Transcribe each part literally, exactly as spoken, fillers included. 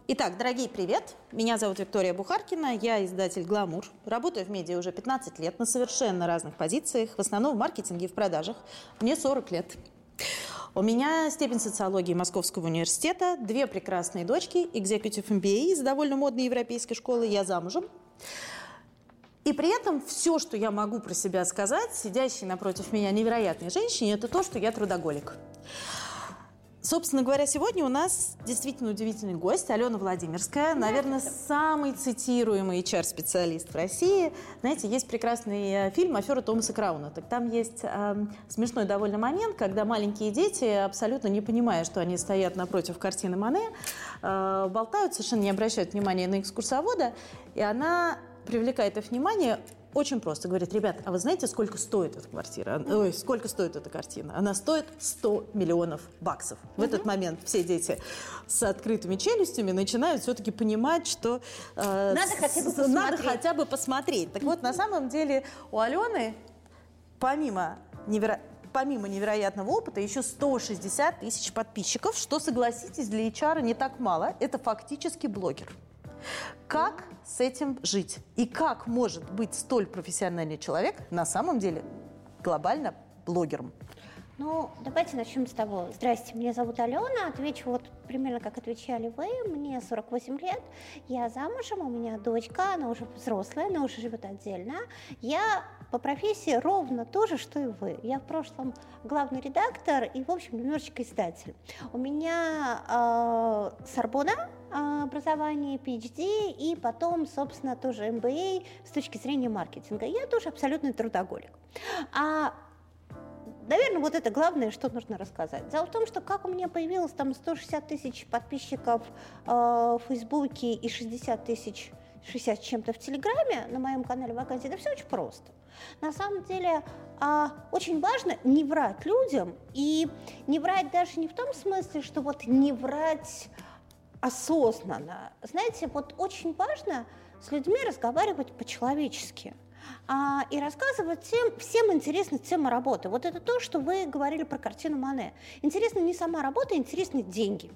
Итак, дорогие, привет! Меня зовут Виктория Бухаркина, я издатель «Гламур». Работаю в медиа уже пятнадцать лет на совершенно разных позициях, в основном в маркетинге и в продажах. Мне сорок лет. У меня степень социологии Московского университета, две прекрасные дочки, Executive эм би эй из довольно модной европейской школы, я замужем. И при этом все, что я могу про себя сказать, сидящей напротив меня невероятной женщине, это то, что я трудоголик. Собственно говоря, сегодня у нас действительно удивительный гость, Алена Владимирская, наверное, самый цитируемый эйч ар-специалист в России. Знаете, есть прекрасный фильм «Афера Томаса Крауна». Так там есть э, смешной довольно момент, когда маленькие дети, абсолютно не понимая, что они стоят напротив картины Мане, э, болтают, совершенно не обращают внимания на экскурсовода, и она привлекает их внимание. Очень просто. Говорит: ребят, а вы знаете, сколько стоит эта квартира? Ой, сколько стоит эта картина? Она стоит сто миллионов баксов. В этот момент все дети с открытыми челюстями начинают все-таки понимать, что э, надо, с, хотя бы посмотреть. надо хотя бы посмотреть. Так вот, на самом деле у Алены, помимо невероятного, Помимо невероятного опыта, еще сто шестьдесят тысяч подписчиков, что, согласитесь, для эйч ар не так мало. Это фактически блогер. Как с этим жить? И как может быть столь профессиональный человек на самом деле глобально блогером? Ну, давайте начнем с того. Здрасте, меня зовут Алена. Отвечу вот примерно как отвечали вы. Мне сорок восемь лет, я замужем, у меня дочка, она уже взрослая, она уже живет отдельно. Я по профессии ровно то же, что и вы. Я в прошлом главный редактор и, в общем, немножечко издатель. У меня э, Сорбонна, образование, пи эйч ди, и потом, собственно, тоже эм би эй с точки зрения маркетинга. Я тоже абсолютный трудоголик. А, наверное, вот это главное, что нужно рассказать. Дело в том, что как у меня появилось там сто шестьдесят тысяч подписчиков э, в Фейсбуке и шестьдесят тысяч, шестьдесят с чем-то в Телеграме на моем канале «Вакансии», это все очень просто. На самом деле, э, очень важно не врать людям, и не врать даже не в том смысле, что вот не врать осознанно. Знаете, вот очень важно с людьми разговаривать по-человечески а, и рассказывать тем, всем интересна тема работы. Вот это то, что вы говорили про картину Мане. Интересна не сама работа, интересны деньги.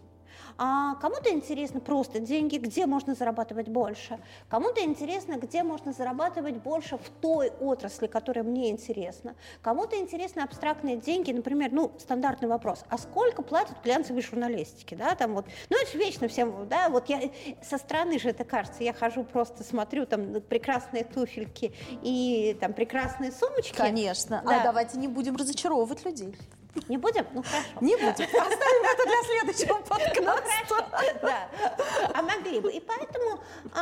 А кому-то интересно просто деньги, где можно зарабатывать больше. Кому-то интересно, где можно зарабатывать больше в той отрасли, которая мне интересна. Кому-то интересны абстрактные деньги, например, ну, стандартный вопрос: а сколько платят в глянцевой журналистике? Да, там вот, ну, это вечно всем, да, вот я со стороны же это кажется, я хожу просто смотрю там прекрасные туфельки и там прекрасные сумочки. Конечно, да. А давайте не будем разочаровывать людей. Не будем? Ну, хорошо. Не будем. Оставим это для следующего подкаста. Ну, хорошо, да. А могли бы. И поэтому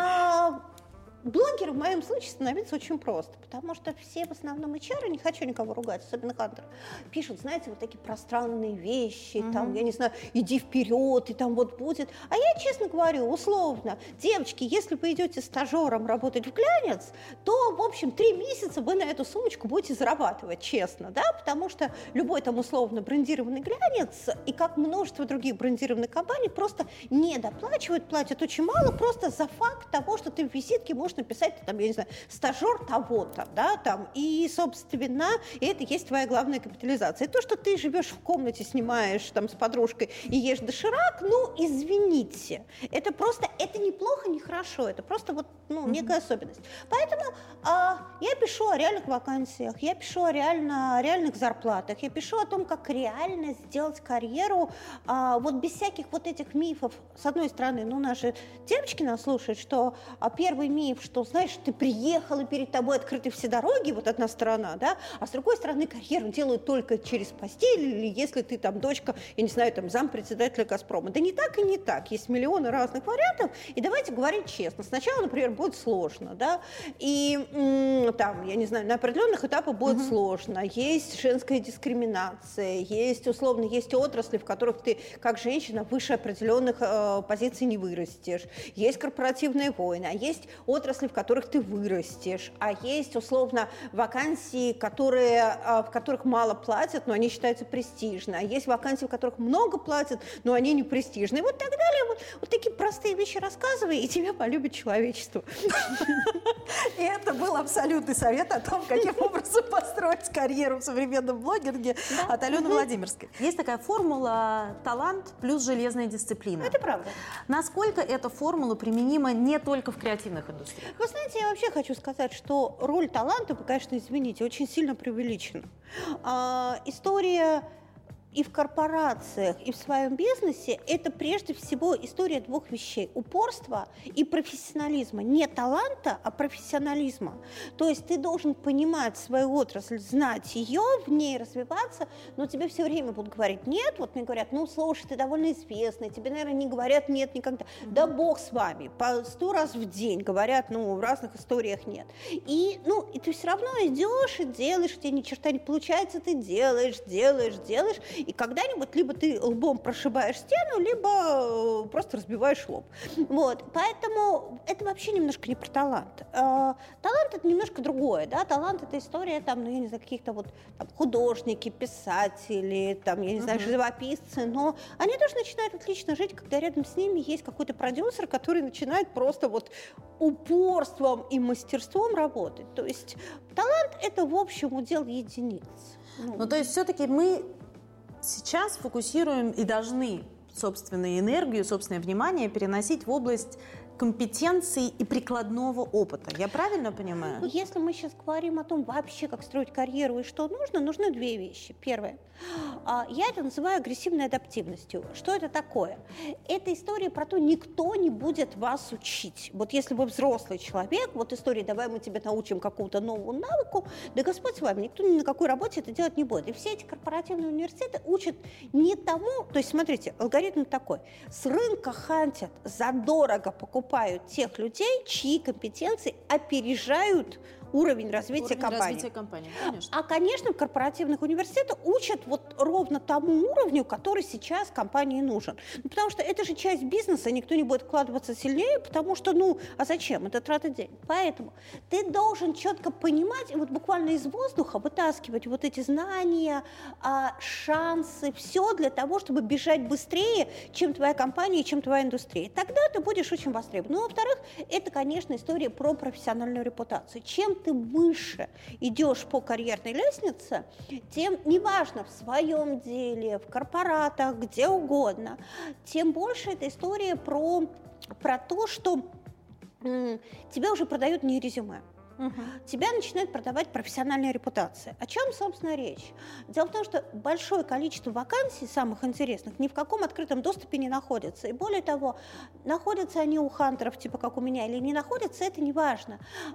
а, блогеры в моем случае становятся очень просто, потому что все в основном эйч ар, не хочу никого ругать, особенно хантеры, пишут, знаете, вот такие пространные вещи, mm-hmm. там, я не знаю, иди вперед, и там вот будет. А я, честно говорю, условно, девочки, если вы идете стажером работать в глянец, то, в общем, три месяца вы на эту сумочку будете зарабатывать, честно, да, потому что любой там условно брендированный глянец и как множество других брендированных компаний просто не доплачивают, платят очень мало просто за факт того, что ты в визитке можешь написать, там, я не знаю, стажер того-то, да, там, и, собственно, это есть твоя главная капитализация. И то, что ты живешь в комнате, снимаешь там с подружкой и ешь доширак, ну, извините, это просто, это неплохо, не хорошо, это просто вот, ну, некая mm-hmm. особенность. Поэтому а, я пишу о реальных вакансиях, я пишу о реально, реальных зарплатах, я пишу о том, как реально сделать карьеру, а, вот без всяких вот этих мифов. С одной стороны, ну, наши девочки нас слушают, что а, первый миф, что, знаешь, ты приехал, и перед тобой открыты все дороги, вот одна сторона, да, а с другой стороны, карьеру делают только через постель, или если ты там дочка, я не знаю, там зампредседателя «Газпрома». Да не так и не так, есть миллионы разных вариантов, и давайте говорить честно. Сначала, например, будет сложно, да, и м- там, я не знаю, на определенных этапах будет mm-hmm. сложно, есть женская дискриминация, есть, условно, есть отрасли, в которых ты, как женщина, выше определенных э, позиций не вырастешь, есть корпоративные войны, а есть отрасли, отрасли, в которых ты вырастешь, а есть, условно, вакансии, которые, в которых мало платят, но они считаются престижны, а есть вакансии, в которых много платят, но они не престижны. И вот так далее. Вот, вот такие простые вещи рассказывай, и тебя полюбит человечество. И это был абсолютный совет о том, каким образом построить карьеру в современном блогинге от Алены Владимирской. Есть такая формула талант плюс железная дисциплина. Это правда. Насколько эта формула применима не только в креативных индустриях? Вы знаете, я вообще хочу сказать, что роль таланта, вы, конечно, извините, очень сильно преувеличена. А, история и в корпорациях, и в своем бизнесе – это прежде всего история двух вещей – упорства и профессионализма. Не таланта, а профессионализма. То есть ты должен понимать свою отрасль, знать ее, в ней развиваться, но тебе все время будут говорить «нет». Вот мне говорят, ну, слушай, ты довольно известный, тебе, наверное, не говорят «нет» никогда. Mm-hmm. Да бог с вами, по сто раз в день говорят, ну, в разных историях «нет». И, ну, и ты все равно идешь и делаешь, тебе ни черта не получается, ты делаешь, делаешь, делаешь, и когда-нибудь либо ты лбом прошибаешь стену, либо просто разбиваешь лоб. Вот. Поэтому это вообще немножко не про талант. Талант – это немножко другое. Да? Талант – это история, там, ну, я не знаю, каких-то вот там, художники, писатели, там, я не знаю, uh-huh. живописцы, но они тоже начинают отлично жить, когда рядом с ними есть какой-то продюсер, который начинает просто вот упорством и мастерством работать. То есть талант – это, в общем, удел единиц. Ну, ну то есть все-таки мы сейчас фокусируем и должны собственную энергию, собственное внимание переносить в область компетенций и прикладного опыта. Я правильно понимаю? Ну, если мы сейчас говорим о том, вообще, как строить карьеру и что нужно, нужны две вещи. Первое. Я это называю агрессивной адаптивностью. Что это такое? Это история про то, никто не будет вас учить. Вот если вы взрослый человек, вот история, давай мы тебя научим какому-то новому навыку, да Господь с вами, никто ни на какой работе это делать не будет. И все эти корпоративные университеты учат не тому, то есть, смотрите, алгоритм такой. С рынка хантят, задорого покупают тех людей, чьи компетенции опережают уровень развития уровень компании. Развития компании, конечно. А, конечно, в корпоративных университетах учат вот ровно тому уровню, который сейчас компании нужен. Ну, потому что это же часть бизнеса, никто не будет вкладываться сильнее, потому что, ну, а зачем? Это трата денег. Поэтому ты должен четко понимать и вот буквально из воздуха вытаскивать вот эти знания, шансы, все для того, чтобы бежать быстрее, чем твоя компания и чем твоя индустрия. Тогда ты будешь очень востребован. Ну, во-вторых, это, конечно, история про профессиональную репутацию. Чем ты выше идешь по карьерной лестнице, тем, неважно, в своем деле, в корпоратах, где угодно, тем больше эта история про, про то, что м, тебя уже продают не резюме. Угу. Тебя начинает продавать профессиональная репутация. О чем, собственно, речь? Дело в том, что большое количество вакансий, самых интересных, ни в каком открытом доступе не находятся. И более того, находятся они у хантеров, типа как у меня, или не находятся, это не важно.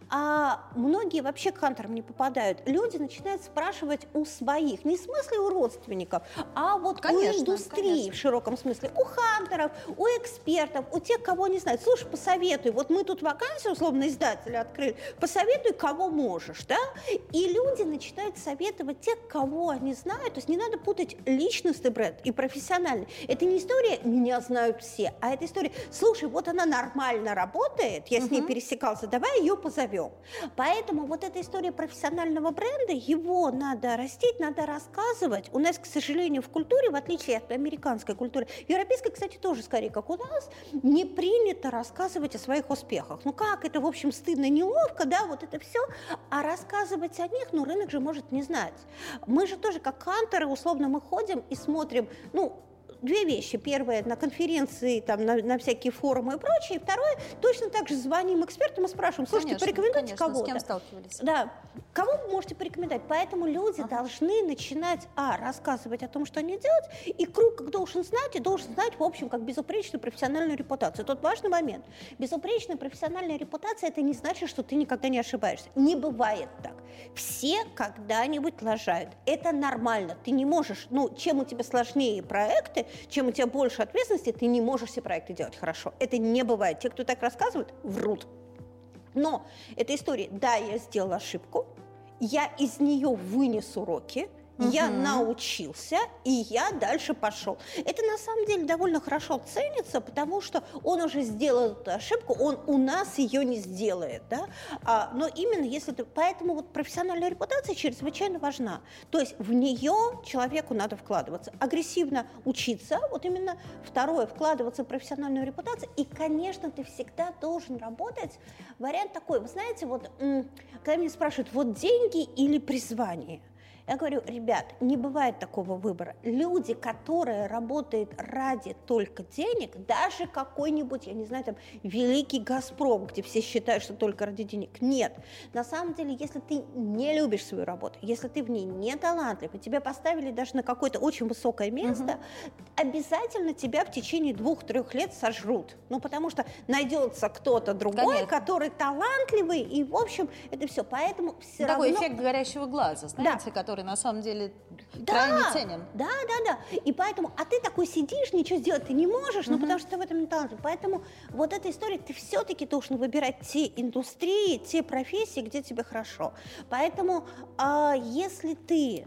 А многие вообще к хантерам не попадают. Люди начинают спрашивать у своих, не в смысле у родственников, а вот конечно, у индустрии конечно. В широком смысле, у хантеров, у экспертов, у тех, кого не знают. Слушай, посоветуй, вот мы тут вакансию, условно, издателя открыли, посоветуй, кого можешь, да, и люди начинают советовать тех, кого они знают, то есть не надо путать личностный бренд и профессиональный. Это не история «меня знают все», а это история «слушай, вот она нормально работает, я с ней uh-huh. пересекался, давай ее позовем». Поэтому вот эта история профессионального бренда, его надо растить, надо рассказывать. У нас, к сожалению, в культуре, в отличие от американской культуры, европейской, кстати, тоже скорее, как у нас, не принято рассказывать о своих успехах. Ну как, это, в общем, стыдно, неловко, да, вот это все, а рассказывать о них, ну, рынок же может не знать. Мы же тоже, как хантеры, условно, мы ходим и смотрим, ну, две вещи. Первое, на конференции, там, на, на всякие форумы и прочее. Второе, точно так же звоним экспертам и спрашиваем, слушайте, конечно, порекомендуйте конечно, кого-то. С кем сталкивались? Да. Кого вы можете порекомендовать? Поэтому люди ага. должны начинать, а, рассказывать о том, что они делают, и круг как должен знать, и должен знать, в общем, как безупречную профессиональную репутацию. Тот важный момент. Безупречная профессиональная репутация, это не значит, что ты никогда не ошибаешься. Не бывает так. Все когда-нибудь лажают. Это нормально. Ты не можешь, ну, чем у тебя сложнее проекты, чем у тебя больше ответственности, ты не можешь все проекты делать хорошо. Это не бывает. Те, кто так рассказывают, врут. Но эта история, да, я сделала ошибку, я из нее вынес уроки, Угу. Я научился, и я дальше пошел. Это на самом деле довольно хорошо ценится, потому что он уже сделал эту ошибку, он у нас ее не сделает. Да? А, но именно если ты... Поэтому вот профессиональная репутация чрезвычайно важна. То есть в нее человеку надо вкладываться. Агрессивно учиться, вот именно второе, вкладываться в профессиональную репутацию. И, конечно, ты всегда должен работать. Вариант такой, вы знаете, вот когда меня спрашивают, вот деньги или призвание? Я говорю, ребят, не бывает такого выбора. Люди, которые работают ради только денег, даже какой-нибудь, я не знаю, там, великий «Газпром», где все считают, что только ради денег. Нет. На самом деле, если ты не любишь свою работу, если ты в ней не талантлив, и тебя поставили даже на какое-то очень высокое место, угу. обязательно тебя в течение двух-трех лет сожрут. Ну, потому что найдется кто-то другой, Конечно. который талантливый, и, в общем, это все. Поэтому все Такой равно... эффект горящего глаза, знаете, да. который на самом деле да, крайне ценен. Да, да, да. И поэтому, а ты такой сидишь, ничего сделать ты не можешь, ну, угу. потому что ты в этом не талантлив. Поэтому вот эта история, ты все-таки должен выбирать те индустрии, те профессии, где тебе хорошо. Поэтому, а, если ты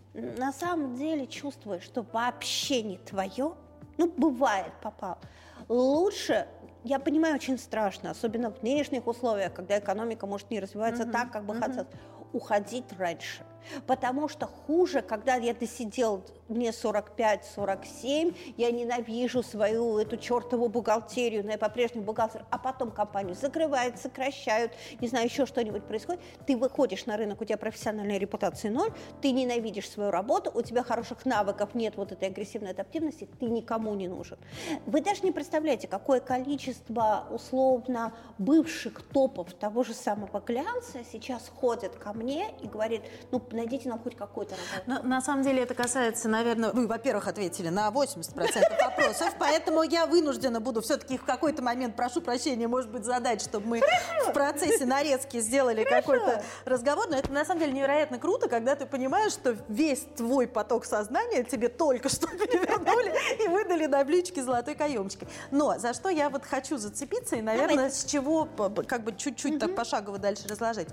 на самом деле чувствуешь, что вообще не твое, ну, бывает, попал, лучше... Я понимаю, очень страшно, особенно в нынешних условиях, когда экономика может не развиваться uh-huh, так, как бы uh-huh. хотелось, уходить раньше. Потому что хуже, когда я досидел, мне сорок пять - сорок семь, я ненавижу свою эту чертову бухгалтерию, но я по-прежнему бухгалтер, а потом компанию закрывают, сокращают, не знаю, еще что-нибудь происходит, ты выходишь на рынок, у тебя профессиональная репутация ноль, ты ненавидишь свою работу, у тебя хороших навыков нет, вот этой агрессивной адаптивности, ты никому не нужен. Вы даже не представляете, какое количество условно бывших топов того же самого глянца сейчас ходят ко мне и говорят, ну, найдите нам хоть какой-то работу. На самом деле это касается, наверное, вы, во-первых, ответили на восемьдесят процентов вопросов, поэтому я вынуждена буду все-таки в какой-то момент, прошу прощения, может быть, задать, чтобы мы в процессе нарезки сделали какой-то разговор. Но это на самом деле невероятно круто, когда ты понимаешь, что весь твой поток сознания тебе только что перевернули и выдали на блюдечке золотой каемочкой. Но за что я вот хочу зацепиться и, наверное, с чего как бы чуть-чуть так пошагово дальше разложить.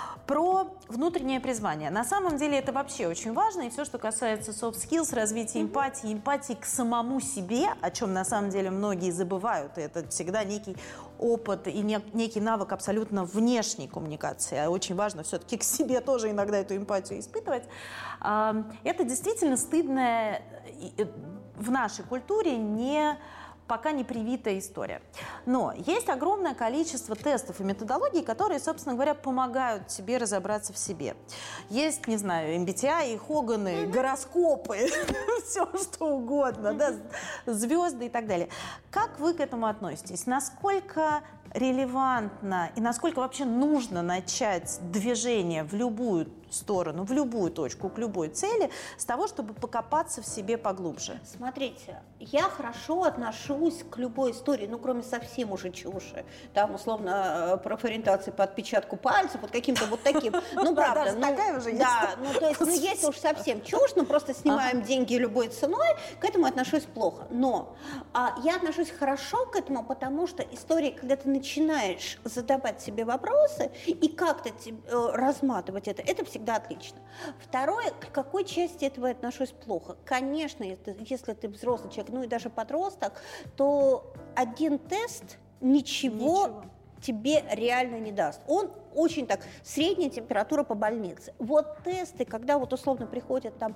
Про внутреннее призвание. На самом деле это вообще очень важно, и все, что касается soft skills, развития эмпатии, эмпатии к самому себе, о чем на самом деле многие забывают, и это всегда некий опыт и не, некий навык абсолютно внешней коммуникации, а очень важно все-таки к себе тоже иногда эту эмпатию испытывать. Это действительно стыдная в нашей культуре не... пока не привитая история. Но есть огромное количество тестов и методологий, которые, собственно говоря, помогают тебе разобраться в себе. Есть, не знаю, эм би ти ай, Хоганы, mm-hmm. гороскопы, все что угодно, mm-hmm. да, звезды и так далее. Как вы к этому относитесь? Насколько релевантно и насколько вообще нужно начать движение в любую сторону, в любую точку, к любой цели, с того, чтобы покопаться в себе поглубже? Смотрите, я хорошо отношусь к любой истории, ну, кроме совсем уже чуши, там, условно, профориентации по отпечатку пальцев, вот каким-то вот таким, ну, правда. Ну, такая уже есть. Да, ну, то есть, ну, если уж совсем чушь, ну, просто снимаем деньги любой ценой, к этому отношусь плохо. Но я отношусь хорошо к этому, потому что история, когда ты начинаешь задавать себе вопросы и как-то разматывать это, это всегда отлично. Второе, к какой части этого я отношусь плохо? Конечно, если, если ты взрослый человек, ну и даже подросток, то один тест ничего, ничего тебе реально не даст. Он очень так, средняя температура по больнице. Вот тесты, когда вот условно приходят там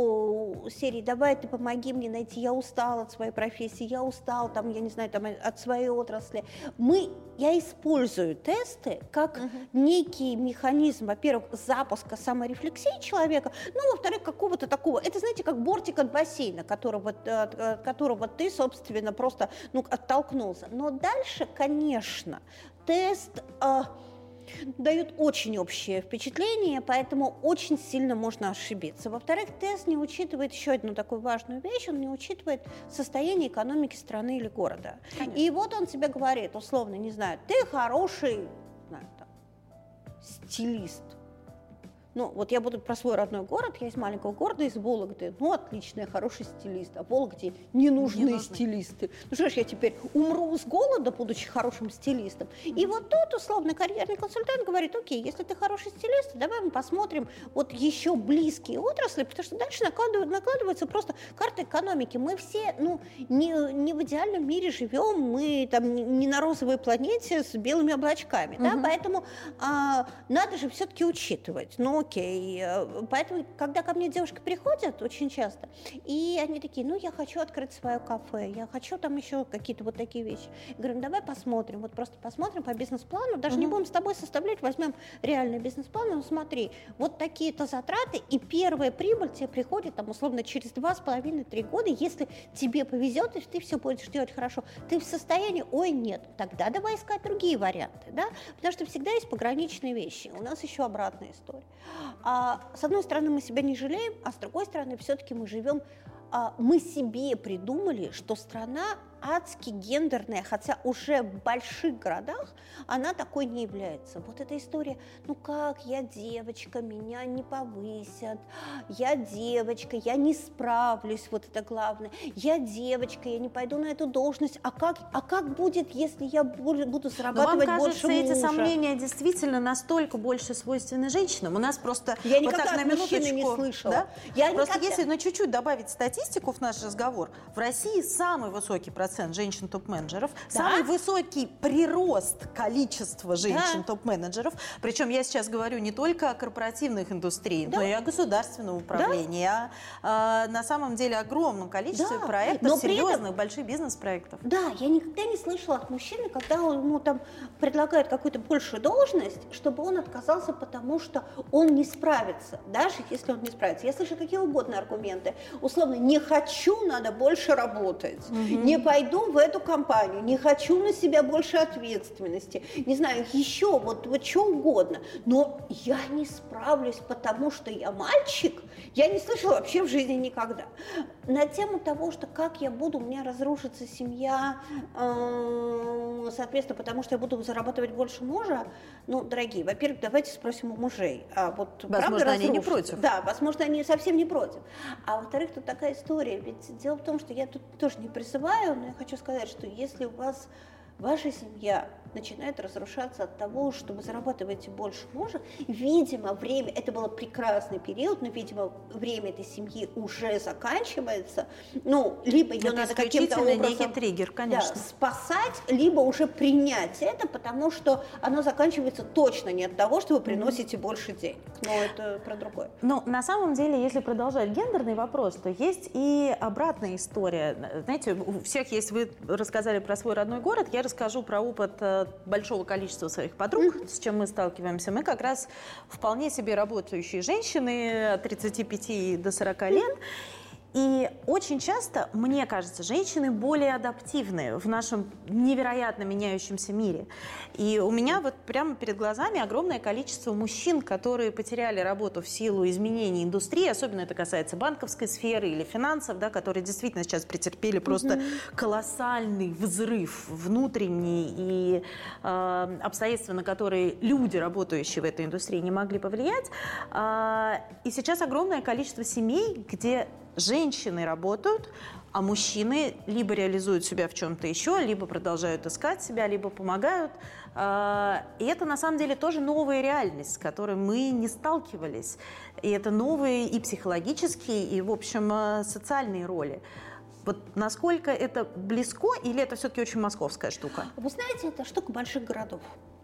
о, серии «давай ты помоги мне найти, я устал от своей профессии, я устал там, я не знаю, там, от своей отрасли». Мы, я использую тесты как uh-huh. некий механизм, во-первых, запуска саморефлексии человека, ну, во-вторых, какого-то такого, это, знаете, как бортик от бассейна, которого, от, от которого ты, собственно, просто ну, оттолкнулся. Но дальше, конечно, тест... Э, дают очень общее впечатление, поэтому очень сильно можно ошибиться. Во-вторых, тест не учитывает еще одну такую важную вещь, он не учитывает состояние экономики страны или города. Конечно. И вот он тебе говорит, условно, не знаю, ты хороший, не знаю, там, стилист. ну, вот я буду про свой родной город, я из маленького города, из Вологды, ну, отличный, хороший стилист, а в Вологде не нужны, не нужны. стилисты. Ну, что ж, я теперь умру с голода, будучи хорошим стилистом. Mm-hmm. И вот тут, условно, карьерный консультант говорит, окей, если ты хороший стилист, давай мы посмотрим вот еще близкие отрасли, потому что дальше накладывают, накладывается просто карта экономики. Мы все, ну, не, не в идеальном мире живем, мы там не на розовой планете с белыми облачками, mm-hmm. да, поэтому а, надо же все-таки учитывать. Ну, окей. Поэтому, когда ко мне девушки приходят очень часто, и они такие, ну, я хочу открыть свое кафе, я хочу там еще какие-то вот такие вещи. Я говорю, ну, давай посмотрим, вот просто посмотрим по бизнес-плану, даже mm-hmm. не будем с тобой составлять, возьмем реальный бизнес-план, ну, смотри, вот такие-то затраты, и первая прибыль тебе приходит, там, условно, через два с половиной — три года, если тебе повезет, и ты все будешь делать хорошо, ты в состоянии, ой, нет, тогда давай искать другие варианты, да, потому что всегда есть пограничные вещи, у нас еще обратная история. А, с одной стороны, мы себя не жалеем, а с другой стороны, все-таки мы живем, а, мы себе придумали, что страна адски гендерная, хотя уже в больших городах она такой не является. Вот эта история, ну как, я девочка, меня не повысят, я девочка, я не справлюсь, вот это главное, я девочка, я не пойду на эту должность, а как, а как будет, если я буду зарабатывать вам больше кажется, мужа? Эти сомнения действительно настолько больше свойственны женщинам? У нас просто... Я вот никогда так, от на мужчины не слышала. Да? Я просто никогда... если на чуть-чуть добавить статистику в наш разговор, в России самый высокий процент женщин-топ-менеджеров, да? Самый высокий прирост количества женщин-топ-менеджеров. Причем я сейчас говорю не только о корпоративных индустриях, да? но и о государственном управлении, да? а, а на самом деле огромном количестве да? проектов, но серьезных, этом... больших бизнес-проектов. Да, я никогда не слышала от мужчины, когда ему там предлагают какую-то большую должность, чтобы он отказался, потому что он не справится, даже если он не справится. Я слышу какие угодно аргументы. Условно, не хочу, надо больше работать, угу. не пойду в эту компанию, не хочу на себя больше ответственности, не знаю, еще вот, вот что угодно, но я не справлюсь, потому что я мальчик, я не слышала вообще в жизни никогда. На тему того, что как я буду, у меня разрушится семья, э, соответственно, потому что я буду зарабатывать больше мужа, ну, дорогие, во-первых, давайте спросим у мужей. А вот, возможно, правда, они не против. Да, возможно, они совсем не против. А во-вторых, тут такая история, ведь дело в том, что я тут тоже не призываю, но я хочу сказать, что если у вас ваша семья начинает разрушаться от того, что вы зарабатываете больше мужа, видимо, время, это был прекрасный период, но, видимо, время этой семьи уже заканчивается, ну, либо ее это надо каким-то образом некий триггер, конечно. Да, спасать, либо уже принять это, потому что оно заканчивается точно не от того, что вы приносите mm-hmm. больше денег, но это про другое. Ну, на самом деле, если продолжать гендерный вопрос, то есть и обратная история. Знаете, у всех есть, вы рассказали про свой родной город, я расскажу про опыт большого количества своих подруг, mm-hmm. с чем мы сталкиваемся. Мы как раз вполне себе работающие женщины от тридцати пяти до сорока лет. И очень часто, мне кажется, женщины более адаптивны в нашем невероятно меняющемся мире. И у меня вот прямо перед глазами огромное количество мужчин, которые потеряли работу в силу изменений индустрии, особенно это касается банковской сферы или финансов, да, которые действительно сейчас претерпели просто mm-hmm. колоссальный взрыв внутренний и э, обстоятельства, на которые люди, работающие в этой индустрии, не могли повлиять. Э, и сейчас огромное количество семей, где женщины работают, а мужчины либо реализуют себя в чем-то еще, либо продолжают искать себя, либо помогают. И это на самом деле тоже новая реальность, с которой мы не сталкивались. И это новые и психологические, и, в общем, социальные роли. Вот насколько это близко, или это все-таки очень московская штука? Вы знаете, это штука больших городов.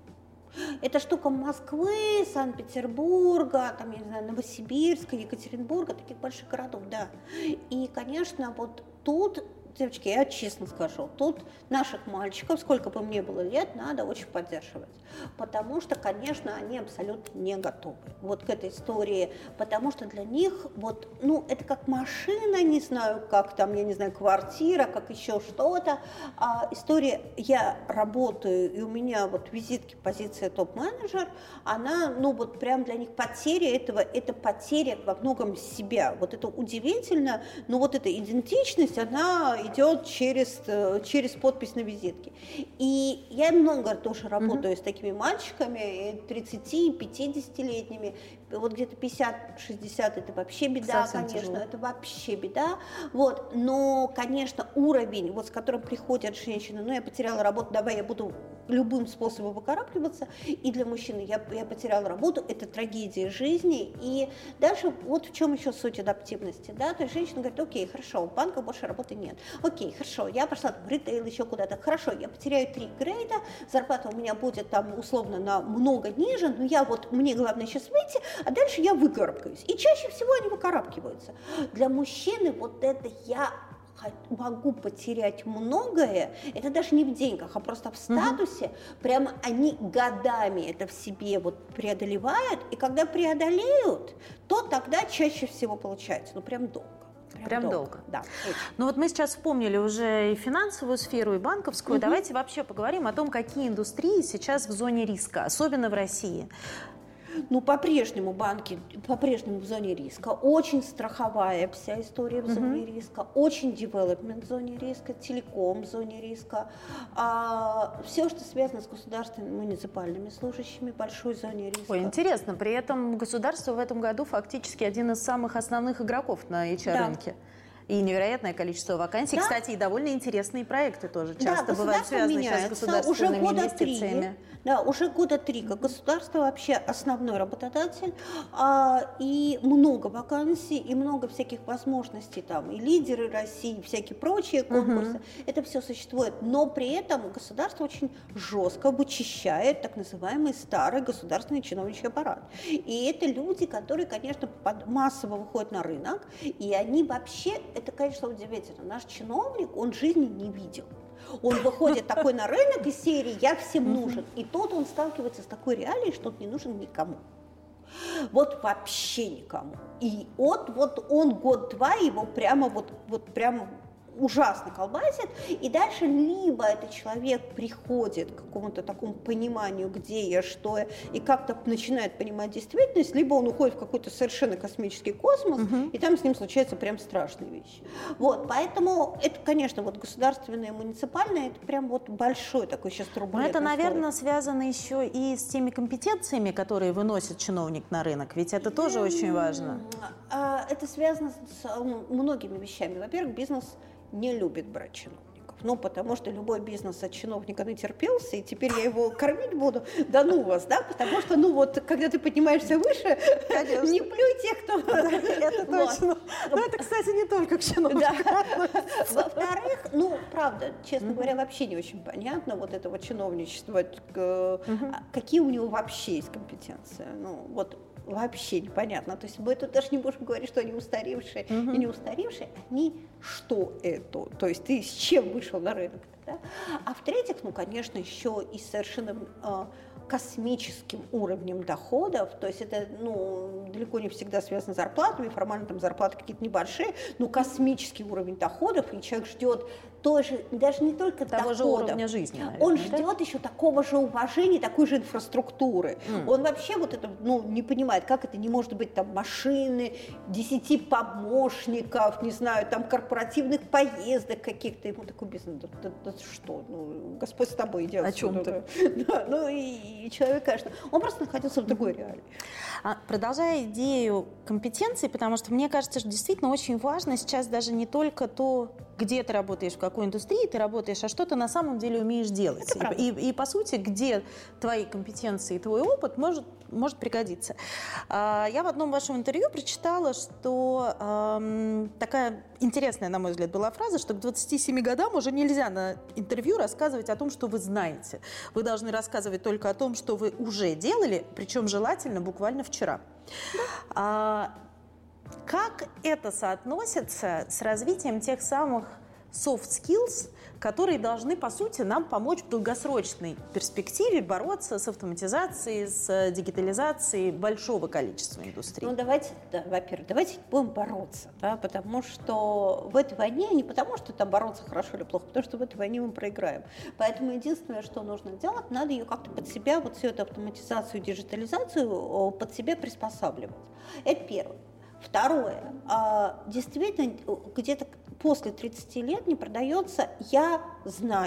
Это штука Москвы, Санкт-Петербурга, там, я не знаю, Новосибирска, Екатеринбурга, таких больших городов, да. И, конечно, вот тут, девочки, я честно скажу, тут наших мальчиков, сколько бы мне было лет, надо очень поддерживать. Потому что, конечно, они абсолютно не готовы вот к этой истории, потому что для них вот, ну, это как машина, не знаю, как там, я не знаю, квартира, как еще что-то. А история, я работаю, и у меня вот визитки, позиция топ-менеджер, она, ну, вот прям для них потеря этого, это потеря во многом себя. Вот это удивительно, но вот эта идентичность, она идет через, через подпись на визитке. И я много тоже работаю mm-hmm. с такими мальчиками, тридцати-пятидесятилетними, вот где-то пятьдесят-шестьдесят это вообще беда, Совсем конечно, тяжело. это вообще беда. Вот. Но, конечно, уровень, вот, с которым приходят женщины, ну, я потеряла работу, давай я буду любым способом выкарабкиваться, и для мужчины я, я потеряла работу, это трагедия жизни. И дальше вот в чем еще суть адаптивности, да, то есть женщина говорит, окей, хорошо, в банках больше работы нет, окей, хорошо, я пошла в ритейл еще куда-то, хорошо, я потеряю три грейда, зарплата у меня будет там условно на много ниже, но я вот, мне главное сейчас выйти, а дальше я выкарабкаюсь. И чаще всего они выкарабкиваются. Для мужчины вот это я могу потерять многое, это даже не в деньгах, а просто в статусе, угу. Прямо они годами это в себе вот преодолевают, и когда преодолеют, то тогда чаще всего получается, ну прям долго. Прям, Прям долго. долго. Да, ну вот мы сейчас вспомнили уже и финансовую сферу, и банковскую. Угу. Давайте вообще поговорим о том, какие индустрии сейчас в зоне риска, особенно в России. Ну, по-прежнему банки, по-прежнему в зоне риска. Очень страховая вся история в зоне uh-huh. риска, очень девелопмент в зоне риска, телеком в зоне риска. А, все, что связано с государственными муниципальными служащими, в большой зоне риска. Ой, интересно, при этом государство в этом году фактически один из самых основных игроков на эйч ар-рынке. Да. И невероятное количество вакансий. Да? Кстати, и довольно интересные проекты тоже часто да, бывают связаны сейчас с государственными уже года инвестициями. Три, да, уже года три, как государство вообще основной работодатель, а, и много вакансий, и много всяких возможностей, там, и лидеры России, и всякие прочие конкурсы. Угу. Это все существует, но при этом государство очень жестко вычищает так называемый старый государственный чиновничий аппарат. И это люди, которые, конечно, массово выходят на рынок, и они вообще... Это, конечно, удивительно. Наш чиновник, он жизни не видел. Он выходит такой на рынок из серии «я всем нужен». И тут он сталкивается с такой реалией, что он не нужен никому. Вот вообще никому. И вот, вот он год-два его прямо вот, вот прямо ужасно колбасит, и дальше либо этот человек приходит к какому-то такому пониманию, где я, что я, и как-то начинает понимать действительность, либо он уходит в какой-то совершенно космический космос, uh-huh. и там с ним случаются прям страшные вещи. Вот, поэтому это, конечно, вот государственное и муниципальное, это прям вот большой такой сейчас турбулентный. Но это, наверное, связано еще и с теми компетенциями, которые выносит чиновник на рынок, ведь это тоже mm-hmm. очень важно. Это связано с многими вещами. Во-первых, бизнес не любит брать чиновников. Ну, потому что любой бизнес от чиновника натерпелся, и теперь я его кормить буду. Да ну вас, да? Потому что, ну вот, когда ты поднимаешься выше, конечно. Не плюй тех, кто... Да, это точно. Вот. Но это, кстати, не только к чиновникам. Да. Во-вторых, ну, правда, честно uh-huh. говоря, вообще не очень понятно вот этого чиновничества, uh-huh. какие у него вообще есть компетенции. Ну, вот вообще непонятно. То есть мы тут даже не можем говорить, что они устаревшие uh-huh. и не устаревшие. Они что это? То есть ты с чем вышел на рынок? Да? А в-третьих, ну, конечно, еще и совершенно э, космическим уровнем доходов. То есть это, ну, далеко не всегда связано с зарплатами, формально там зарплаты какие-то небольшие, но космический уровень доходов, и человек ждет тоже, даже не только того доходов, же уровня жизни, наверное, он да? ждет еще такого же уважения, такой же инфраструктуры. Mm. Он вообще вот это, ну, не понимает, как это не может быть там машины, десяти помощников, не знаю, там корпоративных поездок каких-то. Ему такой бизнес, да, да, да что, ну, Господь с тобой идет. О чем ты? Да, ну и, и человек, конечно, он просто находился в другой реалии. А, продолжая идею компетенций, потому что мне кажется, что действительно очень важно сейчас даже не только то, где ты работаешь, в какой индустрии ты работаешь, а что ты на самом деле умеешь делать. И, и, и, по сути, где твои компетенции и твой опыт может, может пригодиться. А, я в одном вашем интервью прочитала, что эм, такая интересная, на мой взгляд, была фраза, что к двадцати семи годам уже нельзя на интервью рассказывать о том, что вы знаете. Вы должны рассказывать только о том, что вы уже делали, причем желательно буквально вчера. Да. А, как это соотносится с развитием тех самых soft skills, которые должны, по сути, нам помочь в долгосрочной перспективе бороться с автоматизацией, с дигитализацией большого количества индустрий? Ну, давайте, да, во-первых, давайте будем бороться, да, потому что в этой войне, не потому что там бороться хорошо или плохо, потому что в этой войне мы проиграем. Поэтому единственное, что нужно делать, надо ее как-то под себя, вот всю эту автоматизацию, диджитализацию под себя приспосабливать. Это первое. Второе. Действительно, где-то после тридцати лет не продается «я знаю».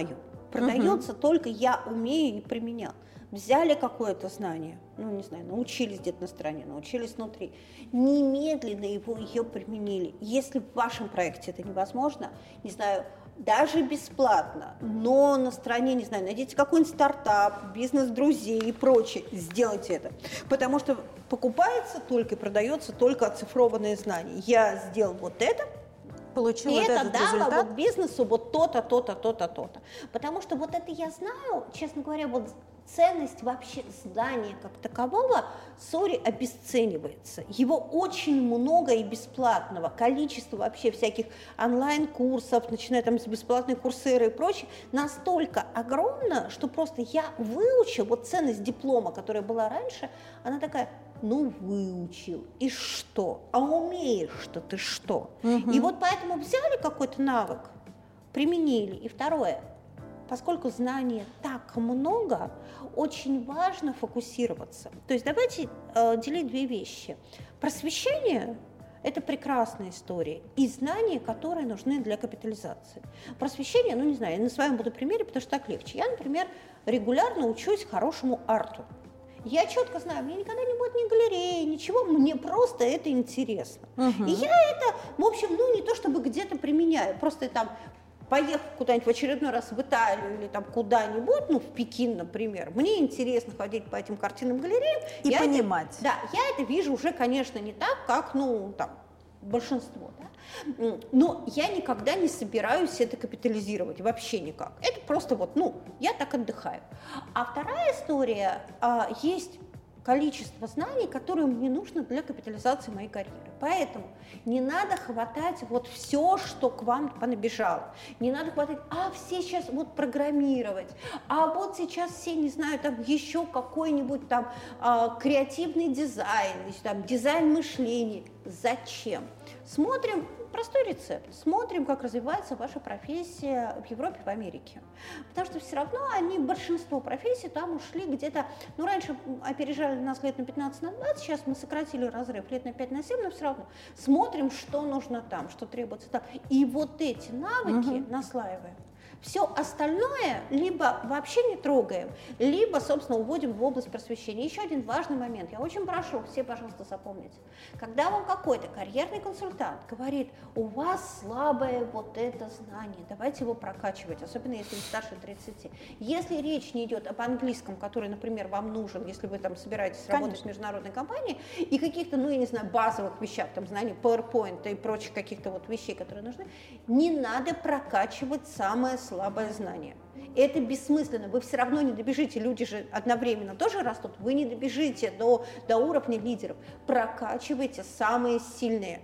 Продается угу. только я умею и применял. Взяли какое-то знание, ну, не знаю, научились где-то на стороне, научились внутри, немедленно его ее применили. Если в вашем проекте это невозможно, не знаю, даже бесплатно, но на стороне, не знаю, найдите какой-нибудь стартап, бизнес друзей и прочее, сделайте это. Потому что покупается только и продается только оцифрованные знания. Я сделал вот это, Получил и вот это этот дало результат? вот бизнесу вот то-то, то-то, то-то, то-то. Потому что вот это я знаю, честно говоря, вот ценность вообще здания как такового, сори, обесценивается. Его очень много и бесплатного. Количество вообще всяких онлайн-курсов, начиная там с бесплатной курсеры и прочее, настолько огромно, что просто я выучил, вот ценность диплома, которая была раньше, она такая... Ну, выучил. И что? А умеешь-то ты что? Угу. И вот поэтому взяли какой-то навык, применили. И второе, поскольку знаний так много, очень важно фокусироваться. То есть давайте э, делить две вещи. Просвещение – это прекрасная история, и знания, которые нужны для капитализации. Просвещение, ну не знаю, я на своем буду примере, потому что так легче. Я, например, регулярно учусь хорошему арту. Я четко знаю, мне никогда не будет ни галереи, ничего, мне просто это интересно. Uh-huh. И я это, в общем, ну не то чтобы где-то применяю, просто там поехав куда-нибудь в очередной раз в Италию или там куда-нибудь, ну в Пекин, например, мне интересно ходить по этим картинным галереям. И я понимать. Это, да, я это вижу уже, конечно, не так, как, ну, там, большинство, да? Но я никогда не собираюсь это капитализировать, вообще никак. Это просто вот, ну, я так отдыхаю. А вторая история, а, есть количество знаний, которые мне нужно для капитализации моей карьеры. Поэтому не надо хватать вот все, что к вам понабежало. Не надо хватать, а все сейчас вот программировать, а вот сейчас все, не знаю, там еще какой-нибудь там а, креативный дизайн, там, дизайн мышления. Зачем? Смотрим простой рецепт. Смотрим, как развивается ваша профессия в Европе, в Америке. Потому что все равно они, большинство профессий там ушли где-то, ну, раньше опережали нас лет на пятнадцать, на двадцать, сейчас мы сократили разрыв лет на пять, на семь, но все равно смотрим, что нужно там, что требуется там. И вот эти навыки угу. наслаиваем. Все остальное либо вообще не трогаем, либо, собственно, уводим в область просвещения. Еще один важный момент. Я очень прошу, все, пожалуйста, запомните. Когда вам какой-то карьерный консультант говорит, у вас слабое вот это знание, давайте его прокачивать, особенно если вы старше тридцати. Если речь не идет об английском, который, например, вам нужен, если вы там собираетесь Конечно. работать в международной компании, и каких-то, ну, я не знаю, базовых вещах, там, знаний PowerPoint и прочих каких-то вот вещей, которые нужны, не надо прокачивать самое слабое знание. Это бессмысленно, вы все равно не добежите, люди же одновременно тоже растут, вы не добежите до, до уровня лидеров. Прокачивайте самые сильные.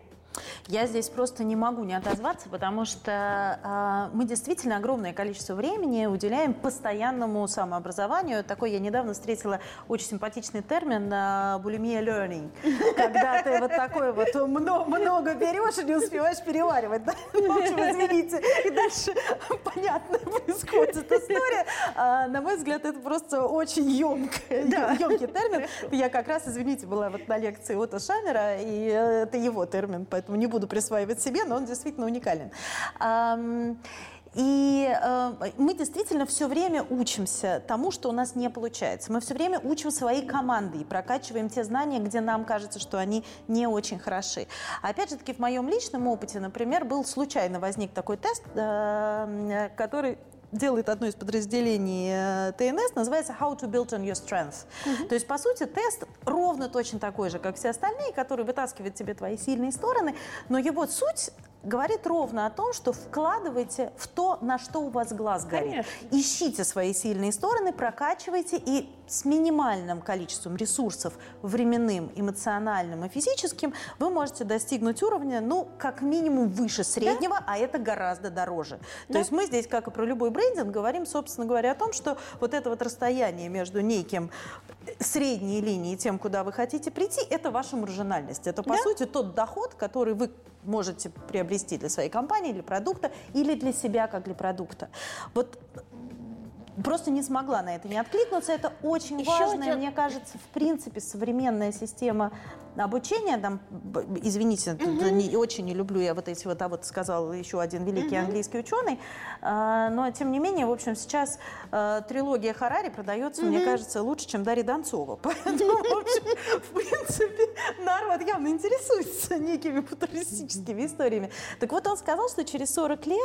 Я здесь просто не могу не отозваться, потому что э, мы действительно огромное количество времени уделяем постоянному самообразованию. Такой я недавно встретила очень симпатичный термин э, «булимия learning», когда ты вот такой вот много, много берешь и не успеваешь переваривать. Да? В общем, извините. И дальше понятно происходит история. А, на мой взгляд, это просто очень емкий, да. емкий термин. Я как раз, извините, была вот на лекции Отто Шаммера, и это его термин, поэтому не буду присваивать себе, но он действительно уникален. И мы действительно все время учимся тому, что у нас не получается. Мы все время учим свои команды и прокачиваем те знания, где нам кажется, что они не очень хороши. Опять же таки, в моем личном опыте, например, был случайно возник такой тест, который делает одно из подразделений Ти Эн Эс, называется «How to build on your strengths». Uh-huh. То есть, по сути, тест ровно точно такой же, как все остальные, который вытаскивает тебе твои сильные стороны, но его суть говорит ровно о том, что вкладывайте в то, на что у вас глаз горит. Конечно. Ищите свои сильные стороны, прокачивайте, и с минимальным количеством ресурсов временным, эмоциональным и физическим вы можете достигнуть уровня, ну, как минимум выше среднего, да? А это гораздо дороже. Да. То есть мы здесь, как и про любой брендинг, говорим, собственно говоря, о том, что вот это вот расстояние между неким средней линией и тем, куда вы хотите прийти, это ваша маржинальность. Это, по да? сути, тот доход, который вы можете приобрести для своей компании, для продукта или для себя, как для продукта. Вот просто не смогла на это не откликнуться. Это очень Еще важно. Один... Мне кажется, в принципе, современная система обучения, там, извините, угу. не, очень не люблю я вот эти вот, а вот сказал еще один великий угу. английский ученый, э, но тем не менее, в общем, сейчас э, трилогия Харари продается, угу. мне кажется, лучше, чем Дарья Донцова. Поэтому, в общем, в принципе, народ явно интересуется некими футуристическими историями. Так вот, он сказал, что через сорок лет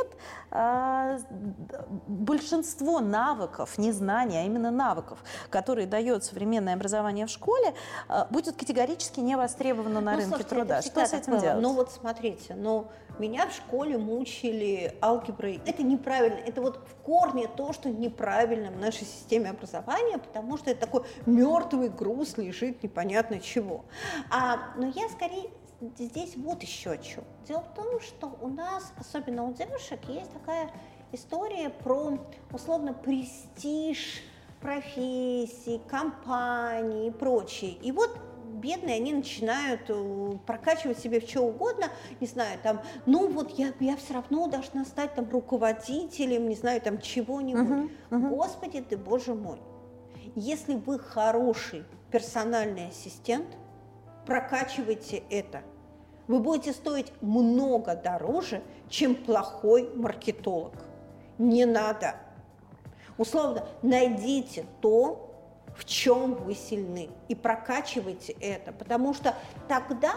э, большинство навыков, не знаний, а именно навыков, которые дает современное образование в школе, э, будет категорически не востребовано на ну, рынке слушайте, труда. Что с этим было? делать? Ну вот смотрите, ну меня в школе мучили алгеброй. Это неправильно, это вот в корне то, что неправильно в нашей системе образования, потому что это такой мертвый груз лежит непонятно чего. А, но я скорее здесь вот еще о чем. Дело в том, что у нас, особенно у девушек, есть такая история про условно престиж профессий, компаний и прочее. И вот бедные, они начинают прокачивать себе в что угодно, не знаю, там, ну вот я, я все равно должна стать там руководителем, не знаю, там чего-нибудь. Uh-huh, uh-huh. Господи ты, Боже мой, если вы хороший персональный ассистент, прокачивайте это. Вы будете стоить много дороже, чем плохой маркетолог. Не надо. Условно, найдите то, в чем вы сильны, и прокачивайте это, потому что тогда,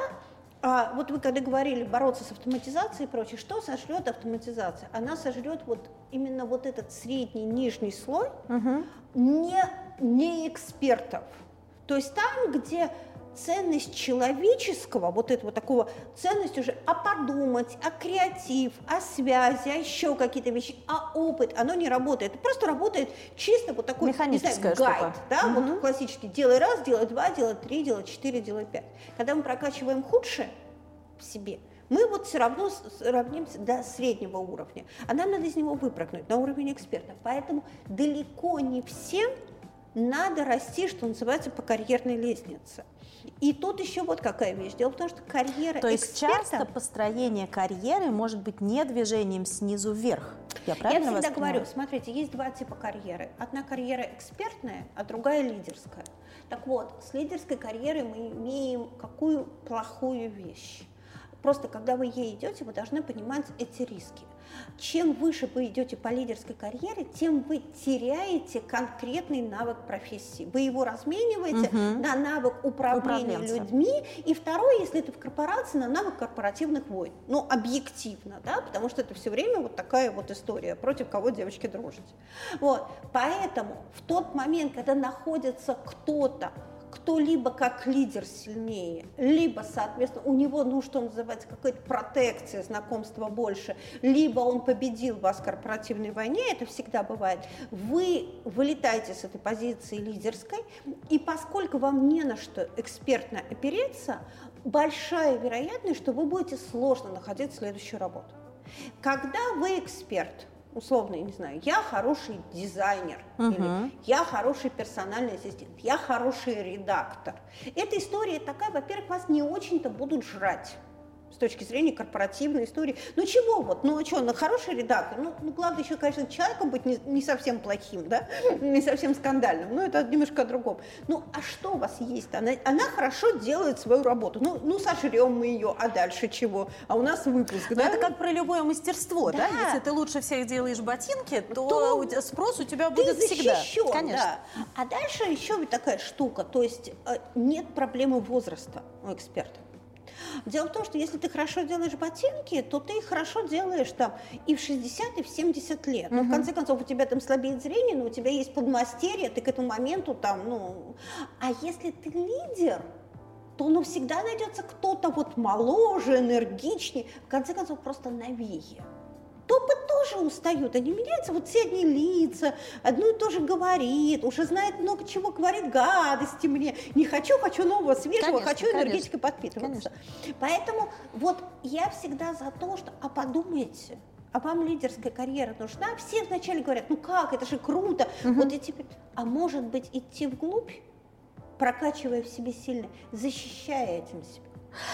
а, вот вы когда говорили бороться с автоматизацией и прочее, что сожрет автоматизация? Она сожрет вот именно вот этот средний, нижний слой угу. не, не экспертов, то есть там, где ценность человеческого, вот этого такого, ценность уже, а подумать, а креатив, а связи, а еще какие-то вещи, а опыт, оно не работает. Это просто работает чисто вот такой, не знаю, гайд, да, угу. вот классический, делай раз, делай два, делай три, делай четыре, делай пять. Когда мы прокачиваем худшее в себе, мы вот все равно равнимся до среднего уровня, а нам надо из него выпрыгнуть на уровень эксперта. Поэтому далеко не всем надо расти, что называется, по карьерной лестнице. И тут еще вот какая вещь. Дело в том, что карьера То есть эксперта... часто построение карьеры может быть не движением снизу вверх. Я правильно Я всегда вас говорю, понимаю? Смотрите, есть два типа карьеры. Одна карьера экспертная, а другая лидерская. Так вот, с лидерской карьерой мы имеем какую плохую вещь. Просто когда вы ей идете, вы должны понимать эти риски. Чем выше вы идете по лидерской карьере, тем вы теряете конкретный навык профессии. Вы его размениваете угу. на навык управления людьми, и второй, если это в корпорации, на навык корпоративных войн. Ну, объективно, да, потому что это все время вот такая вот история, против кого девочки дружите. Вот, поэтому в тот момент, когда находится кто-то, кто либо как лидер сильнее, либо, соответственно, у него, ну, что называется, какая-то протекция, знакомства больше, либо он победил вас в корпоративной войне, это всегда бывает, вы вылетаете с этой позиции лидерской, и поскольку вам не на что экспертно опереться, большая вероятность, что вы будете сложно находить следующую работу. Когда вы эксперт, условно, я не знаю, я хороший дизайнер, uh-huh. или я хороший персональный ассистент, я хороший редактор. Эта история такая, во-первых, вас не очень-то будут жрать с точки зрения корпоративной истории. Ну чего вот, ну а что, ну хороший редактор, ну, ну главное еще, конечно, человеком быть не, не совсем плохим, да, не совсем скандальным, но это немножко о другом. Ну а что у вас есть? Она, она хорошо делает свою работу, ну, ну сожрем мы ее, а дальше чего? А у нас выпуск, но да? Это как про любое мастерство, да? да? Если ты лучше всех делаешь ботинки, то, то спрос у тебя будет всегда. Конечно. Да. А дальше еще ведь такая штука, то есть нет проблемы возраста у эксперта. Дело в том, что если ты хорошо делаешь ботинки, то ты их хорошо делаешь там и в шестьдесят, и в семьдесят лет. Uh-huh. Ну, в конце концов, у тебя там слабеет зрение, но у тебя есть подмастерье, ты к этому моменту там, ну... А если ты лидер, то ну, всегда найдется кто-то вот моложе, энергичнее, в конце концов, просто новее. Топы тоже устают, они меняются, вот все одни лица, одно и то же говорит, уже знает много чего, говорит гадости мне, не хочу, хочу нового, свежего, конечно, хочу энергетикой подпитываться. Конечно. Поэтому вот я всегда за то, что, а подумайте, а вам лидерская карьера нужна? Все вначале говорят, ну как, это же круто, угу. вот и теперь, а может быть идти вглубь, прокачивая в себе сильно, защищая этим себя.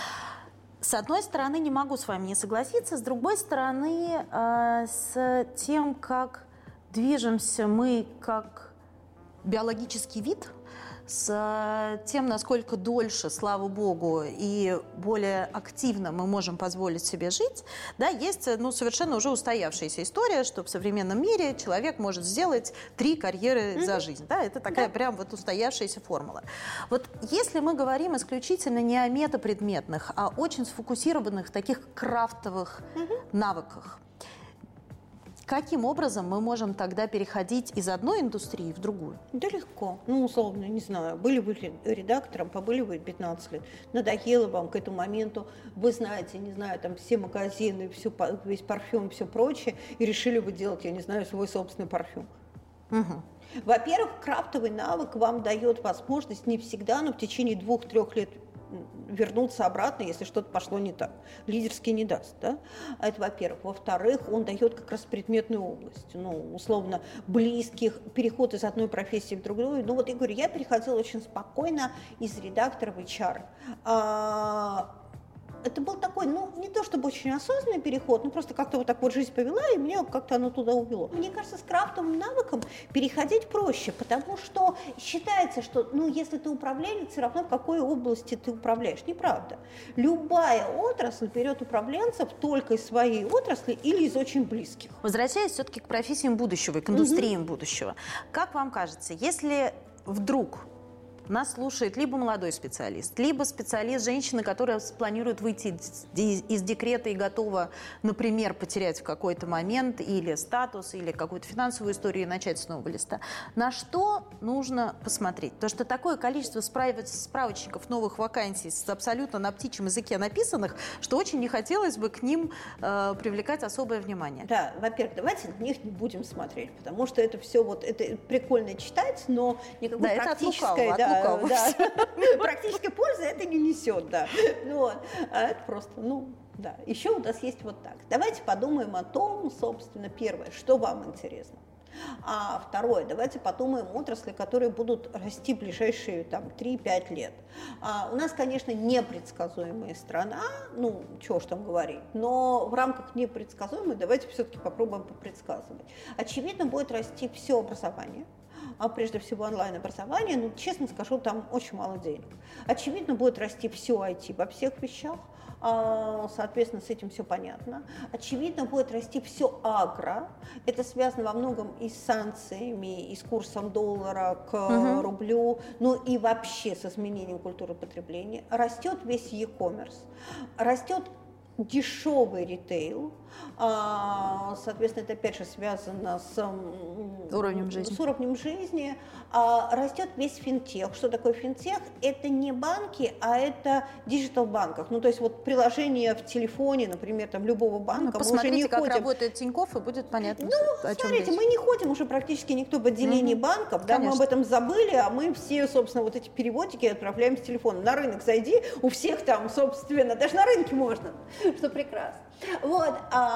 С одной стороны, не могу с вами не согласиться, с другой стороны, э, с тем, как движемся мы как биологический вид, с тем, насколько дольше, слава богу, и более активно мы можем позволить себе жить, да, есть ну, совершенно уже устоявшаяся история, что в современном мире человек может сделать три карьеры mm-hmm. за жизнь. Да, это такая да. прям вот устоявшаяся формула. Вот если мы говорим исключительно не о метапредметных, а очень сфокусированных таких крафтовых mm-hmm. навыках, каким образом мы можем тогда переходить из одной индустрии в другую? Да легко. Ну, условно, не знаю, были вы редактором, побыли вы пятнадцать лет, надоело вам к этому моменту, вы знаете, не знаю, там все магазины, всю, весь парфюм, все прочее, и решили вы делать, я не знаю, свой собственный парфюм. Угу. Во-первых, крафтовый навык вам дает возможность не всегда, но в течение двух-трех лет вернуться обратно, если что-то пошло не так. Лидерский не даст, да? Это во-первых. Во-вторых, он дает как раз предметную область, ну, условно, близких, переход из одной профессии в другую. Ну, вот я говорю, я переходила очень спокойно из редактора в эйч ар. А, это был такой, ну, не то чтобы очень осознанный переход, ну, просто как-то вот так вот жизнь повела, и меня как-то оно туда увело. Мне кажется, с крафтовым навыком переходить проще, потому что считается, что, ну, если ты управленец, все равно в какой области ты управляешь. Неправда. Любая отрасль берет управленцев только из своей отрасли или из очень близких. Возвращаясь все-таки к профессиям будущего, к индустриям угу. будущего, как вам кажется, если вдруг нас слушает либо молодой специалист, либо специалист, женщина, которая планирует выйти из декрета и готова, например, потерять в какой-то момент или статус, или какую-то финансовую историю и начать с нового листа. На что нужно посмотреть? Потому что такое количество справочников новых вакансий с абсолютно на птичьем языке написанных, что очень не хотелось бы к ним э, привлекать особое внимание. Да, во-первых, давайте на них не будем смотреть, потому что это все вот, это прикольно читать, но никакой да, практической... Это Да, да. Практической пользы это не несет, да. Вот. А это просто, ну, да. Еще у нас есть вот так. Давайте подумаем о том, собственно, первое, что вам интересно. А второе, давайте подумаем отрасли, которые будут расти в ближайшие там, три-пять лет. А, у нас, конечно, непредсказуемая страна, ну, чего ж там говорить, но в рамках непредсказуемой давайте все-таки попробуем попредсказывать. Очевидно, будет расти все образование. А прежде всего онлайн-образование, ну, честно скажу, там очень мало денег. Очевидно, будет расти все ай ти во всех вещах, соответственно, с этим все понятно. Очевидно, будет расти все агро, это связано во многом и с санкциями, и с курсом доллара к угу. рублю, ну и вообще с изменением культуры потребления. Растет весь e-commerce, растет дешевый ритейл, соответственно, это опять же связано с уровнем жизни. С уровнем жизни. Растет весь финтех. Что такое финтех? Это не банки, а это диджитал-банках. Ну, то есть вот приложение в телефоне, например, там любого банка. Ну, посмотрите, мы уже не как ходим. работает Тинькофф, и будет понятно, ну, о чем смотрите, речь. мы не ходим уже практически никто в отделении mm-hmm. банков, да, мы об этом забыли, а мы все, собственно, вот эти переводики отправляем с телефона. На рынок зайди, у всех там, собственно, даже на рынке можно, что прекрасно. Вот,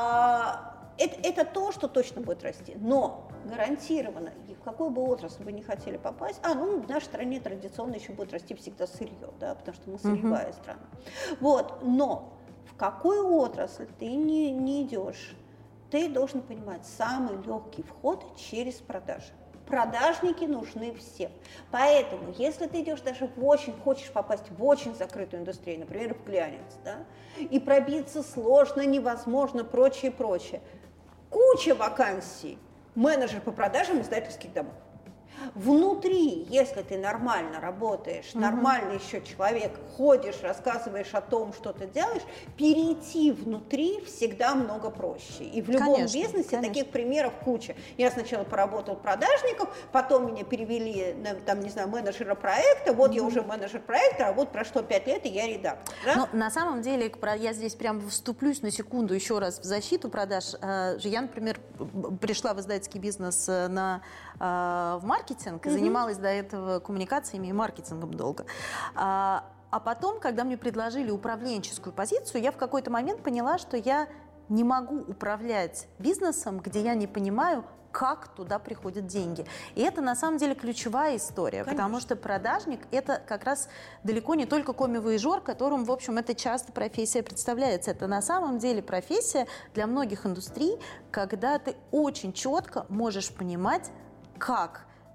а, это, это то, что точно будет расти, но гарантированно, и в какую бы отрасль вы не хотели попасть, а, ну, в нашей стране традиционно еще будет расти всегда сырье, да, потому что мы сырьевая uh-huh. страна. Вот, но в какую отрасль ты не, не идешь, ты должен понимать, самый легкий вход через продажи. Продажники нужны всем. Поэтому, если ты идешь даже в очень, хочешь попасть в очень закрытую индустрию, например, в глянец, да, и пробиться сложно, невозможно, прочее, прочее, куча вакансий, менеджер по продажам издательских домов. Внутри, если ты нормально работаешь, mm-hmm. нормальный еще человек, ходишь, рассказываешь о том, что ты делаешь, перейти внутри всегда много проще. И в любом конечно, бизнесе конечно. Таких примеров куча. Я сначала поработал продажником, потом меня перевели на, там, не знаю, менеджера проекта, вот mm-hmm. я уже менеджер проекта, а вот прошло пять лет, и я редактор. Да? Но на самом деле, я здесь прям вступлюсь на секунду еще раз в защиту продаж. Я, например, пришла в издательский бизнес на, в маркетинг, маркетинг, mm-hmm. занималась до этого коммуникациями и маркетингом долго. А, а потом, когда мне предложили управленческую позицию, я в какой-то момент поняла, что я не могу управлять бизнесом, где я не понимаю, как туда приходят деньги. И это на самом деле ключевая история, конечно. Потому что продажник – это как раз далеко не только коми-вояжер, которым, в общем, это часто профессия представляется. Это на самом деле профессия для многих индустрий, когда ты очень четко можешь понимать, как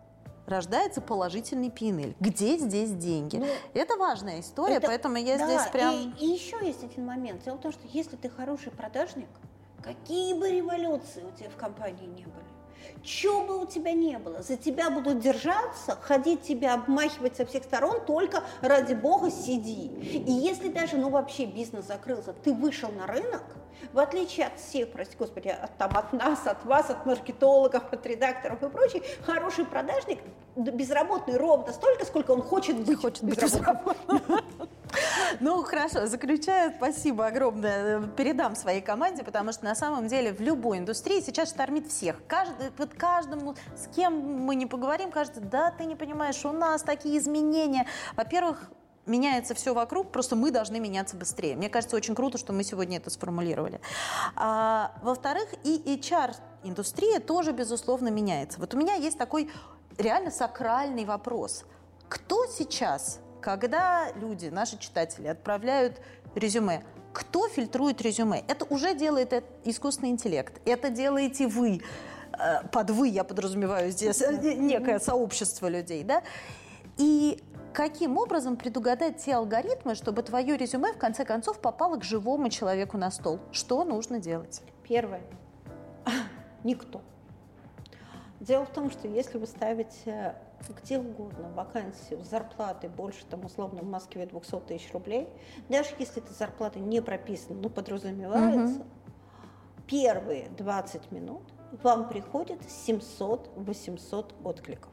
рождается положительный пи эн эл. Где здесь деньги? Ну, это важная история, это, поэтому я да, здесь прям... И, и еще есть один момент. Дело в том, что если ты хороший продажник, какие бы революции у тебя в компании не были, чего бы у тебя не было, за тебя будут держаться, ходить тебя обмахивать со всех сторон, только ради бога сиди. И если даже, ну вообще бизнес закрылся, ты вышел на рынок, в отличие от всех, прости господи, от, там, от нас, от вас, от маркетологов, от редакторов и прочее, хороший продажник безработный ровно столько, сколько он хочет быть, хочет быть безработным. Ну, хорошо, заключаю, спасибо огромное, передам своей команде, потому что на самом деле в любой индустрии сейчас штормит всех. Каждый, вот каждому, с кем мы не поговорим, кажется, да, ты не понимаешь, у нас такие изменения. Во-первых, меняется все вокруг, просто мы должны меняться быстрее. Мне кажется, очень круто, что мы сегодня это сформулировали. А, во-вторых, и эйч ар-индустрия тоже, безусловно, меняется. Вот у меня есть такой реально сакральный вопрос. Кто сейчас... Когда люди, наши читатели, отправляют резюме, кто фильтрует резюме? Это уже делает искусственный интеллект. Это делаете вы. Под «вы» я подразумеваю здесь некое сообщество людей. Да? И каким образом предугадать те алгоритмы, чтобы твое резюме в конце концов попало к живому человеку на стол? Что нужно делать? Первое. Никто. Дело в том, что если вы ставите где угодно вакансию с зарплатой больше, там, условно, в Москве двести тысяч рублей, даже если эта зарплата не прописана, но подразумевается, угу. первые двадцать минут вам приходит семьсот-восемьсот откликов.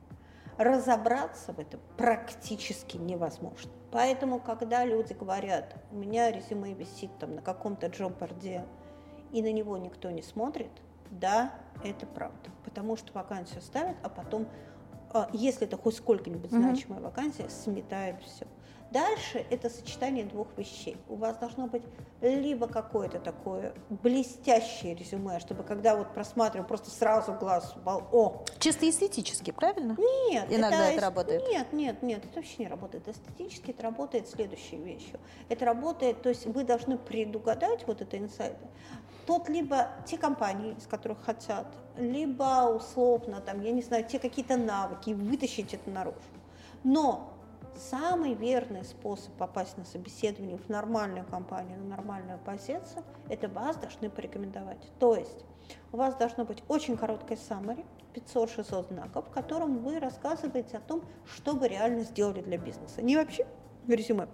Разобраться в этом практически невозможно. Поэтому, когда люди говорят, у меня резюме висит там на каком-то джоб-борде, и на него никто не смотрит, да, это правда. Потому что вакансию ставят, а потом, если это хоть сколько-нибудь значимая mm-hmm. вакансия, сметает все. Дальше это сочетание двух вещей. У вас должно быть либо какое-то такое блестящее резюме, чтобы когда вот просматриваю, просто сразу глаз упал. О! Чисто эстетически, правильно? Нет. Иногда это, это работает? Нет, нет, нет, это вообще не работает. Эстетически это работает следующей вещью. Это работает, то есть вы должны предугадать вот это инсайды. Тот либо те компании, из которых хотят, либо условно, там, я не знаю, те какие-то навыки, вытащить это наружу. Но самый верный способ попасть на собеседование в нормальную компанию, на нормальную позицию, это вас должны порекомендовать. То есть у вас должно быть очень короткое summary, пятьсот-шестьсот знаков, в котором вы рассказываете о том, что вы реально сделали для бизнеса. Не вообще резюме,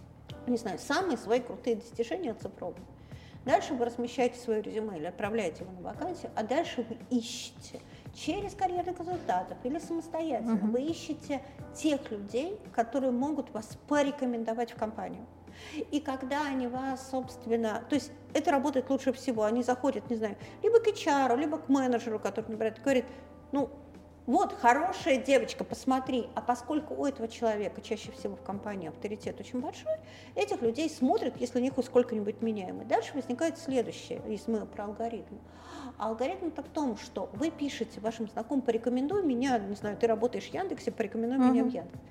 не знаю, самые свои крутые достижения оцифрованы. Дальше вы размещаете свое резюме или отправляете его на вакансию, а дальше вы ищете через карьерных консультантов или самостоятельно, uh-huh. вы ищете тех людей, которые могут вас порекомендовать в компанию. И когда они вас, собственно, то есть это работает лучше всего, они заходят, не знаю, либо к эйч ар, либо к менеджеру, который, например, говорит, ну, вот, хорошая девочка, посмотри, а поскольку у этого человека чаще всего в компании авторитет очень большой, этих людей смотрят, если у них хоть сколько-нибудь меняемый. Дальше возникает следующее, если мы про алгоритм. А алгоритм-то в том, что вы пишете вашим знакомым, порекомендуй меня, не знаю, ты работаешь в Яндексе, порекомендуй uh-huh. меня в Яндексе.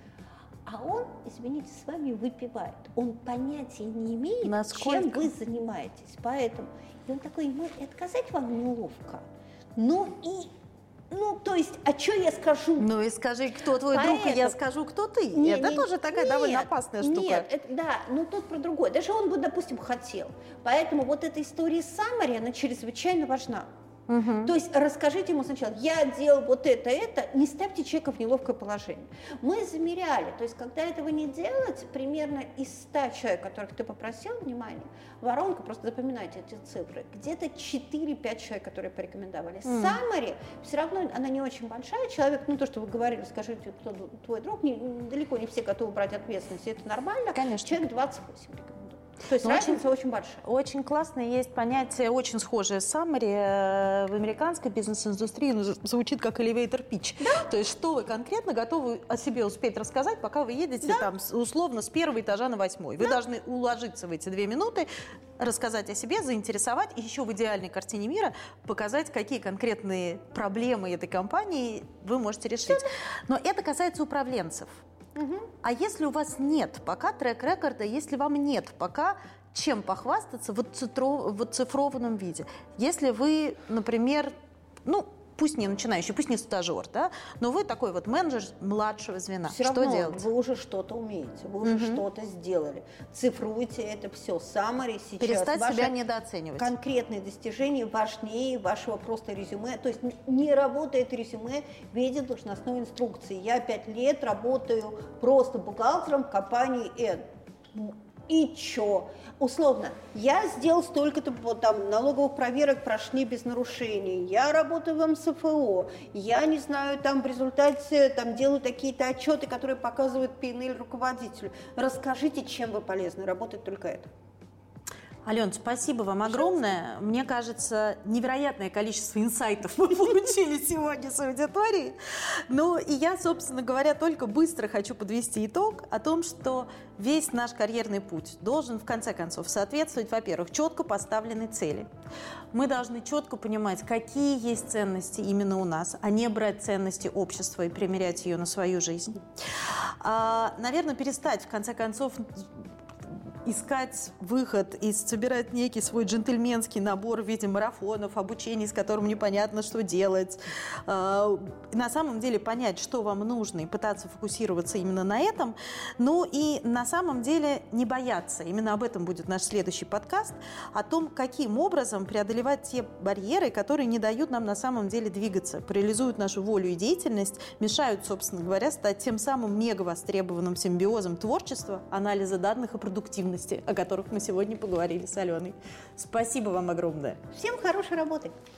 А он, извините, с вами выпивает. Он понятия не имеет, Насколько? чем вы занимаетесь. Поэтому и он такой, ну, и отказать вам неловко. Ну и Ну, то есть, а что я скажу? Ну и скажи, кто твой Поэтому... друг, и я скажу, кто ты. Не, это не, тоже такая нет, довольно опасная штука. Нет, это, да, ну тут про другое. Даже он бы, допустим, хотел. Поэтому вот эта история summary, она чрезвычайно важна. Угу. То есть расскажите ему сначала, я делал вот это, это, не ставьте человека в неловкое положение. Мы замеряли, то есть когда этого не делать, примерно из ста человек, которых ты попросил внимания, воронка, просто запоминайте эти цифры, где-то четыре-пять человек, которые порекомендовали. Mm. Summary, все равно она не очень большая, человек, ну то, что вы говорили, скажите, кто твой друг, не, далеко не все готовы брать ответственность, и это нормально. Конечно. Человек двадцать восемь рекомендует. То есть Но разница очень, очень большая. Очень классно. Есть понятие, очень схожее с summary в американской бизнес-индустрии, звучит как elevator pitch. Да? То есть что вы конкретно готовы о себе успеть рассказать, пока вы едете да? там условно с первого этажа на восьмой. Вы да? должны уложиться в эти две минуты, рассказать о себе, заинтересовать и еще в идеальной картине мира показать, какие конкретные проблемы этой компании вы можете решить. Но это касается управленцев. Угу. А если у вас нет пока трек-рекорда, если вам нет пока чем похвастаться в оцифрованном виде, если вы, например, ну, пусть не начинающий, пусть не стажер, да, но вы такой вот менеджер младшего звена. Все что равно делать? Вы уже что-то умеете, вы уже угу. что-то сделали. Цифруйте это все. Summary сейчас. Перестать Ваши себя недооценивать. Конкретные достижения важнее вашего просто резюме. То есть не работает резюме в виде должностной инструкции. Я пять лет работаю просто бухгалтером в компании N. И чё? Условно, я сделал столько-то там налоговых проверок, прошли без нарушений, я работаю в эм эс эф о, я не знаю, там в результате там делаю такие-то отчеты, которые показывают пи эн эль руководителю. Расскажите, чем вы полезны, работает только это. Ален, спасибо вам огромное. Мне кажется, невероятное количество инсайтов мы получили сегодня с аудиторией. Ну и я, собственно говоря, только быстро хочу подвести итог о том, что весь наш карьерный путь должен, в конце концов, соответствовать, во-первых, четко поставленной цели. Мы должны четко понимать, какие есть ценности именно у нас, а не брать ценности общества и примерять ее на свою жизнь. А, наверное, перестать, в конце концов, искать выход и собирать некий свой джентльменский набор в виде марафонов, обучений, с которым непонятно, что делать. На самом деле понять, что вам нужно, и пытаться фокусироваться именно на этом. Ну и на самом деле не бояться. Именно об этом будет наш следующий подкаст, о том, каким образом преодолевать те барьеры, которые не дают нам на самом деле двигаться, парализуют нашу волю и деятельность, мешают, собственно говоря, стать тем самым мегавостребованным симбиозом творчества, анализа данных и продуктивности, о которых мы сегодня поговорили с Аленой. Спасибо вам огромное. Всем хорошей работы.